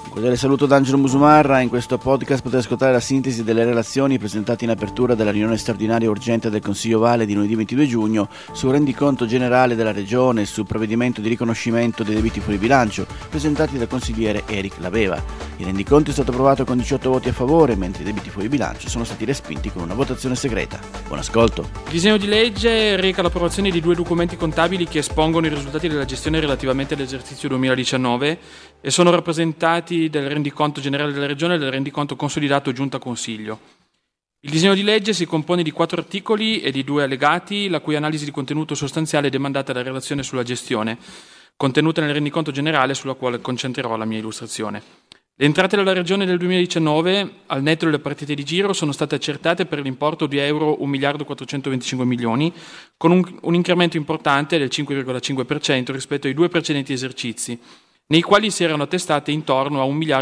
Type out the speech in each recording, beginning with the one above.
Un cordiale saluto da Angelo Musumarra. In questo podcast potete ascoltare la sintesi delle relazioni presentate in apertura della riunione straordinaria urgente del Consiglio Vale di lunedì 22 giugno sul rendiconto generale della Regione e sul provvedimento di riconoscimento dei debiti fuori bilancio presentati dal consigliere Eric Laveva. Il rendiconto è stato approvato con 18 voti a favore, mentre i debiti fuori bilancio sono stati respinti con una votazione segreta. Buon ascolto. Il disegno di legge reca l'approvazione di 2 documenti contabili che espongono i risultati della gestione relativamente all'esercizio 2019 e sono rappresentati del rendiconto generale della Regione e del rendiconto consolidato Giunta Consiglio. Il disegno di legge si compone di 4 articoli e di 2 allegati, la cui analisi di contenuto sostanziale è demandata alla relazione sulla gestione, contenuta nel rendiconto generale sulla quale concentrerò la mia illustrazione. Le entrate della Regione del 2019, al netto delle partite di giro, sono state accertate per l'importo di euro 1.425 milioni, con un incremento importante del 5,5% rispetto ai 2 precedenti esercizi, nei quali si erano attestate intorno a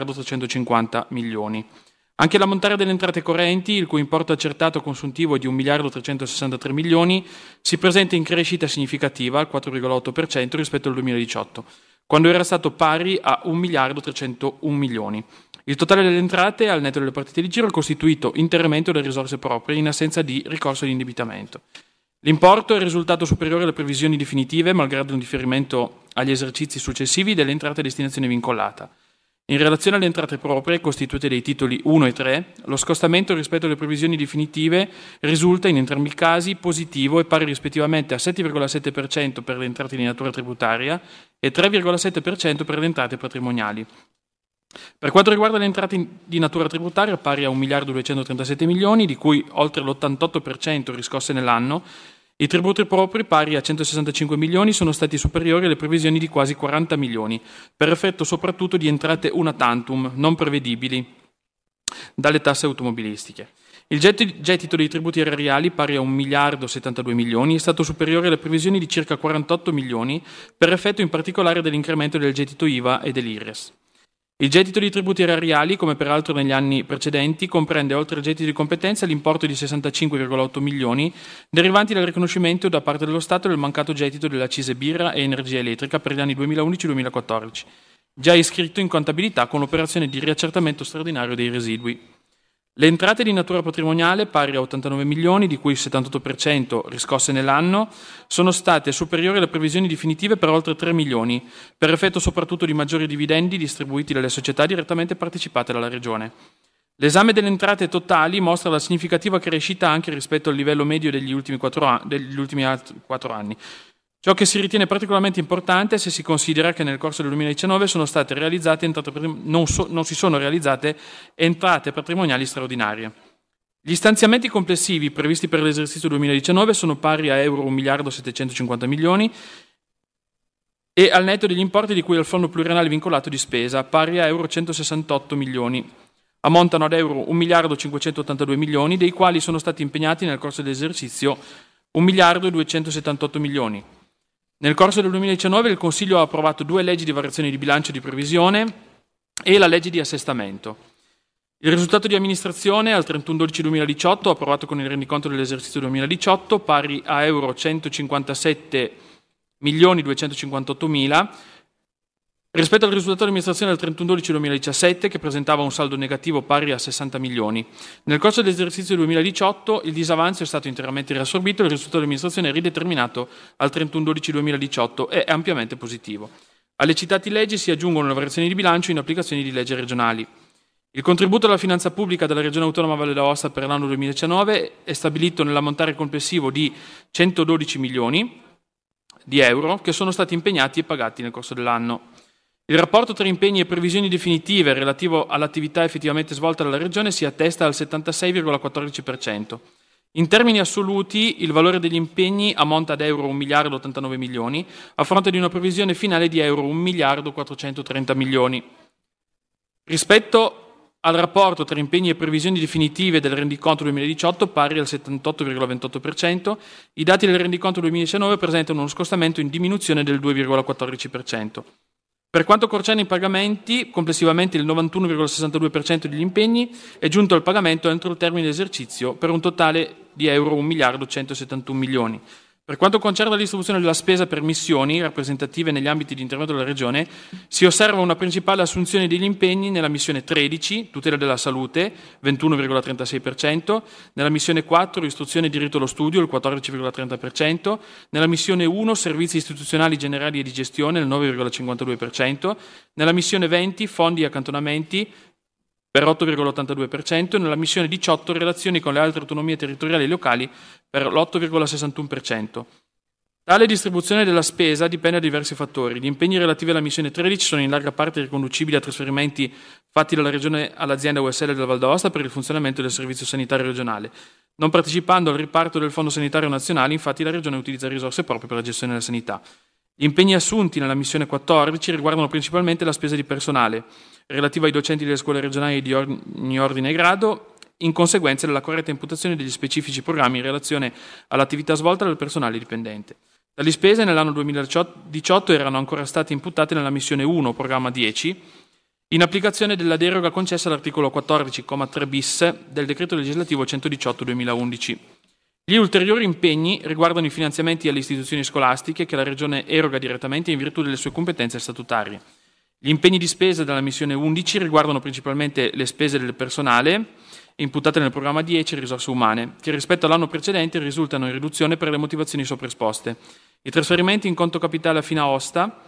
1.350 milioni. Anche l'ammontare delle entrate correnti, il cui importo accertato consuntivo è di 1.363 milioni, si presenta in crescita significativa al 4,8% rispetto al 2018, quando era stato pari a 1.301 milioni. Il totale delle entrate, al netto delle partite di giro, è costituito interamente da risorse proprie in assenza di ricorso all'indebitamento. L'importo è risultato superiore alle previsioni definitive, malgrado un differimento agli esercizi successivi delle entrate a destinazione vincolata. In relazione alle entrate proprie, costituite dai titoli 1 e 3, lo scostamento rispetto alle previsioni definitive risulta in entrambi i casi positivo e pari rispettivamente a 7,7% per le entrate di natura tributaria e 3,7% per le entrate patrimoniali. Per quanto riguarda le entrate di natura tributaria, pari a 1.237 milioni, di cui oltre l'88% riscosse nell'anno, i tributi propri, pari a 165 milioni, sono stati superiori alle previsioni di quasi 40 milioni, per effetto soprattutto di entrate una tantum, non prevedibili dalle tasse automobilistiche. Il gettito dei tributi erariali, pari a 1.072 milioni, è stato superiore alle previsioni di circa 48 milioni, per effetto in particolare dell'incremento del gettito IVA e dell'IRES. Il gettito di tributi erariali, come peraltro negli anni precedenti, comprende oltre il gettito di competenza l'importo di 65,8 milioni derivanti dal riconoscimento da parte dello Stato del mancato gettito delle accise birra e energia elettrica per gli anni 2011-2014, già iscritto in contabilità con l'operazione di riaccertamento straordinario dei residui. Le entrate di natura patrimoniale, pari a 89 milioni, di cui il 78% riscosse nell'anno, sono state superiori alle previsioni definitive per oltre 3 milioni, per effetto soprattutto di maggiori dividendi distribuiti dalle società direttamente partecipate dalla Regione. L'esame delle entrate totali mostra la significativa crescita anche rispetto al livello medio degli ultimi 4 anni. Ciò che si ritiene particolarmente importante se si considera che nel corso del 2019 sono state realizzate non si sono realizzate entrate patrimoniali straordinarie. Gli stanziamenti complessivi previsti per l'esercizio 2019 sono pari a euro 1.750 milioni e al netto degli importi di cui al fondo pluriennale vincolato di spesa, pari a euro 168 milioni. Ammontano ad euro 1.582 milioni, dei quali sono stati impegnati nel corso dell'esercizio 1.278 milioni. Nel corso del 2019 il Consiglio ha approvato 2 leggi di variazione di bilancio di previsione e la legge di assestamento. Il risultato di amministrazione al 31/12/2018, approvato con il rendiconto dell'esercizio 2018, pari a euro 157.258.000, rispetto al risultato di amministrazione al 31/12/2017, che presentava un saldo negativo pari a 60 milioni. Nel corso dell'esercizio 2018 il disavanzo è stato interamente riassorbito e il risultato di amministrazione è rideterminato al 31/12/2018 e è ampiamente positivo. Alle citate leggi si aggiungono le variazioni di bilancio in applicazione di leggi regionali. Il contributo alla finanza pubblica della Regione Autonoma Valle d'Aosta per l'anno 2019 è stabilito nell'ammontare complessivo di 112 milioni di euro che sono stati impegnati e pagati nel corso dell'anno. Il rapporto tra impegni e previsioni definitive relativo all'attività effettivamente svolta dalla Regione si attesta al 76,14%. In termini assoluti, il valore degli impegni ammonta ad euro 1.089 milioni, a fronte di una previsione finale di euro 1.430 milioni. Rispetto al rapporto tra impegni e previsioni definitive del rendiconto 2018, pari al 78,28%, i dati del rendiconto 2019 presentano uno scostamento in diminuzione del 2,14%. Per quanto concerne i pagamenti, complessivamente il 91,62% degli impegni è giunto al pagamento entro il termine di esercizio per un totale di euro 1.171 milioni. Per quanto concerne la distribuzione della spesa per missioni rappresentative negli ambiti di intervento della Regione, si osserva una principale assunzione degli impegni nella missione 13, tutela della salute, 21,36%, nella missione 4, istruzione e diritto allo studio, il 14,30%, nella missione 1, servizi istituzionali generali e di gestione, il 9,52%, nella missione 20, fondi e accantonamenti, per 8,82%, nella missione 18 relazioni con le altre autonomie territoriali e locali per l'8,61%. Tale distribuzione della spesa dipende da diversi fattori. Gli impegni relativi alla missione 13 sono in larga parte riconducibili a trasferimenti fatti dalla Regione all'azienda USL della Val d'Aosta per il funzionamento del servizio sanitario regionale. Non partecipando al riparto del Fondo Sanitario Nazionale, infatti la Regione utilizza risorse proprie per la gestione della sanità. Gli impegni assunti nella missione 14 riguardano principalmente la spesa di personale, relativa ai docenti delle scuole regionali di ogni ordine e grado, in conseguenza della corretta imputazione degli specifici programmi in relazione all'attività svolta dal personale dipendente. Tali spese nell'anno 2018 erano ancora state imputate nella missione 1, programma 10, in applicazione della deroga concessa all'articolo 14,3 bis del decreto legislativo 118/2011. Gli ulteriori impegni riguardano i finanziamenti alle istituzioni scolastiche che la Regione eroga direttamente in virtù delle sue competenze statutarie. Gli impegni di spesa della missione 11 riguardano principalmente le spese del personale imputate nel programma 10 risorse umane, che rispetto all'anno precedente risultano in riduzione per le motivazioni sopra esposte. I trasferimenti in conto capitale a Finaosta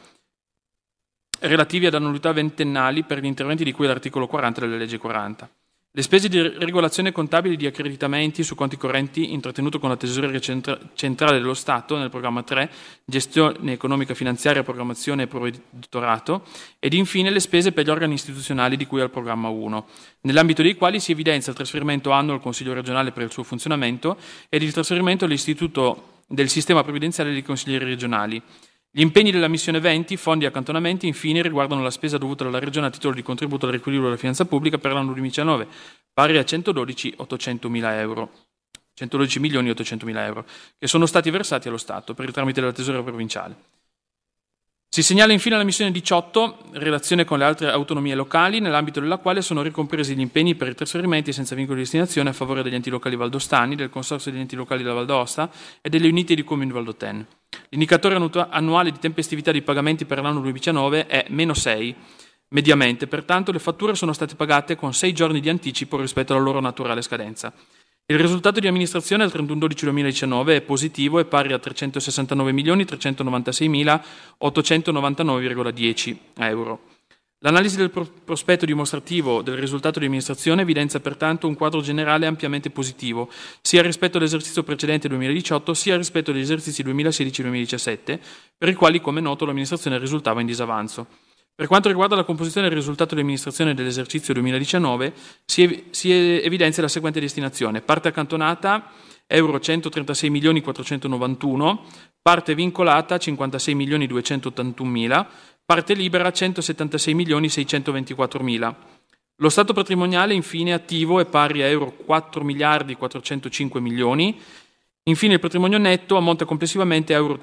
relativi ad annualità ventennali per gli interventi di cui all'articolo 40 della legge 40. Le spese di regolazione contabile di accreditamenti su conti correnti intrattenuto con la Tesoreria Centrale dello Stato nel programma 3, gestione economica finanziaria, programmazione e provveditorato, ed infine le spese per gli organi istituzionali di cui al programma 1, nell'ambito dei quali si evidenzia il trasferimento annuo al Consiglio regionale per il suo funzionamento ed il trasferimento all'Istituto del Sistema Previdenziale dei Consiglieri regionali. Gli impegni della missione 20, fondi e accantonamenti, infine riguardano la spesa dovuta dalla Regione a titolo di contributo al riequilibrio della finanza pubblica per l'anno 2019, pari a 112.800.000 euro, che sono stati versati allo Stato per il tramite della Tesoreria provinciale. Si segnala infine la missione 18, relazione con le altre autonomie locali, nell'ambito della quale sono ricompresi gli impegni per i trasferimenti senza vincolo di destinazione a favore degli enti locali valdostani, del Consorzio degli enti locali della Val d'Aosta e delle Unite di Comuni Valdoten. L'indicatore annuale di tempestività dei pagamenti per l'anno 2019 è -6, mediamente, pertanto le fatture sono state pagate con 6 giorni di anticipo rispetto alla loro naturale scadenza. Il risultato di amministrazione al 31/12/2019 è positivo e pari a 369.396.899,10 euro. L'analisi del prospetto dimostrativo del risultato di amministrazione evidenzia pertanto un quadro generale ampiamente positivo, sia rispetto all'esercizio precedente 2018, sia rispetto agli esercizi 2016 e 2017, per i quali, come noto, l'amministrazione risultava in disavanzo. Per quanto riguarda la composizione del risultato di amministrazione dell'esercizio 2019, si evidenzia la seguente destinazione. Parte accantonata euro 136.491.000, parte vincolata 56.281.000, parte libera 176.624.000. Lo stato patrimoniale infine attivo è pari a euro 4.405.000.000. Infine il patrimonio netto ammonta complessivamente a euro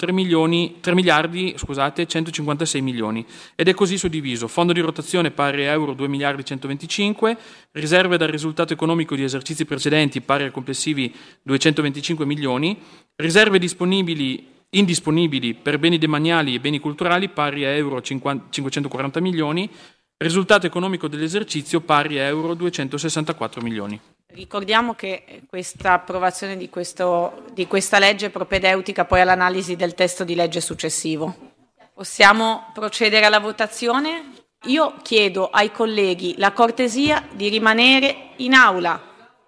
3.156.000.000 ed è così suddiviso: fondo di rotazione pari a euro 2.125.000.000, riserve dal risultato economico di esercizi precedenti pari a complessivi 225 milioni, riserve indisponibili per beni demaniali e beni culturali pari a euro 540 milioni, risultato economico dell'esercizio pari a euro 264 milioni. Ricordiamo che questa approvazione di questa legge è propedeutica poi all'analisi del testo di legge successivo. Possiamo procedere alla votazione? Io chiedo ai colleghi la cortesia di rimanere in aula.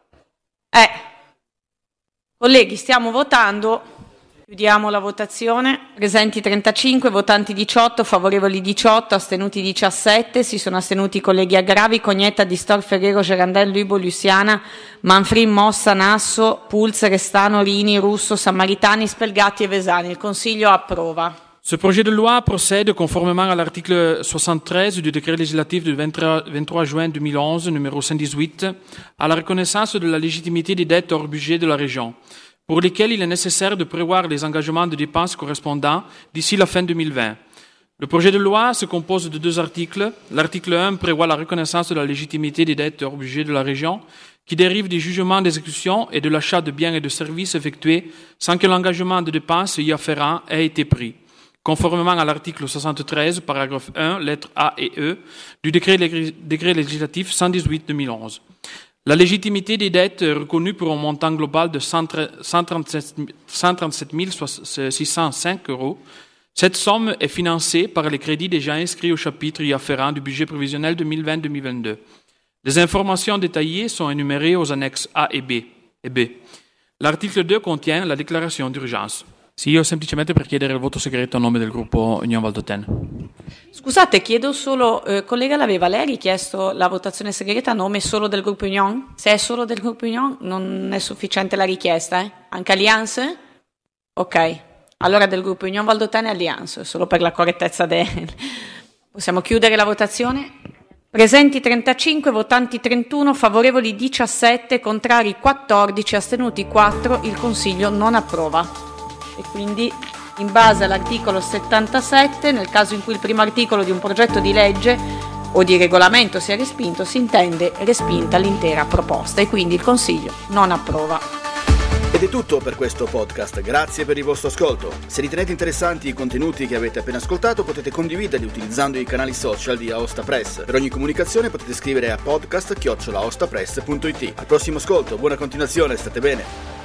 Colleghi, stiamo votando. Chiudiamo la votazione. Presenti 35, votanti 18, favorevoli 18, astenuti 17. Si sono astenuti i colleghi Agravi, Cognetta, Distor, Ferrero, Gerandel, Luibo, Luciana, Manfrin, Mossa, Nasso, Pulse, Restano, Rini, Russo, Sammaritani, Spelgatti et Vesani. Il Consiglio approva. Ce projet de loi procède conformément à l'article 73 du décret législatif du 23 juin 2011, numéro 118, à la reconnaissance de la légitimité des dettes hors budget de la région, pour lesquels il est nécessaire de prévoir les engagements de dépenses correspondants d'ici la fin 2020. Le projet de loi se compose de 2 articles. L'article 1 prévoit la reconnaissance de la légitimité des dettes hors budget de la région qui dérivent des jugements d'exécution et de l'achat de biens et de services effectués sans que l'engagement de dépenses y afférent ait été pris, conformément à l'article 73, paragraphe 1, lettres A et E, du décret législatif 118-2011. La légitimité des dettes est reconnue pour un montant global de 137 605 €. Cette somme est financée par les crédits déjà inscrits au chapitre y afférent du budget prévisionnel 2020-2022. Les informations détaillées sont énumérées aux annexes A e B. L'articolo 2 contiene la dichiarazione d'urgenza. Sì, io semplicemente per chiedere il voto segreto a nome del gruppo Union Valdôtaine. Scusate, chiedo solo, collega Laveva, lei ha richiesto la votazione segreta a nome solo del gruppo Union? Se è solo del gruppo Union non è sufficiente la richiesta, eh? Anche Alliance? Ok, allora del gruppo Union Valdôtaine e Alliance, solo per la correttezza Possiamo chiudere la votazione? Presenti 35, votanti 31, favorevoli 17, contrari 14, astenuti 4, il Consiglio non approva. E quindi, in base all'articolo 77, nel caso in cui il primo articolo di un progetto di legge o di regolamento sia respinto, si intende respinta l'intera proposta e quindi il Consiglio non approva. Ed è tutto per questo podcast, grazie per il vostro ascolto. Se ritenete interessanti i contenuti che avete appena ascoltato, potete condividerli utilizzando i canali social di Aosta Press. Per ogni comunicazione potete scrivere a podcast@aostapress.it. Al prossimo ascolto, buona continuazione, state bene.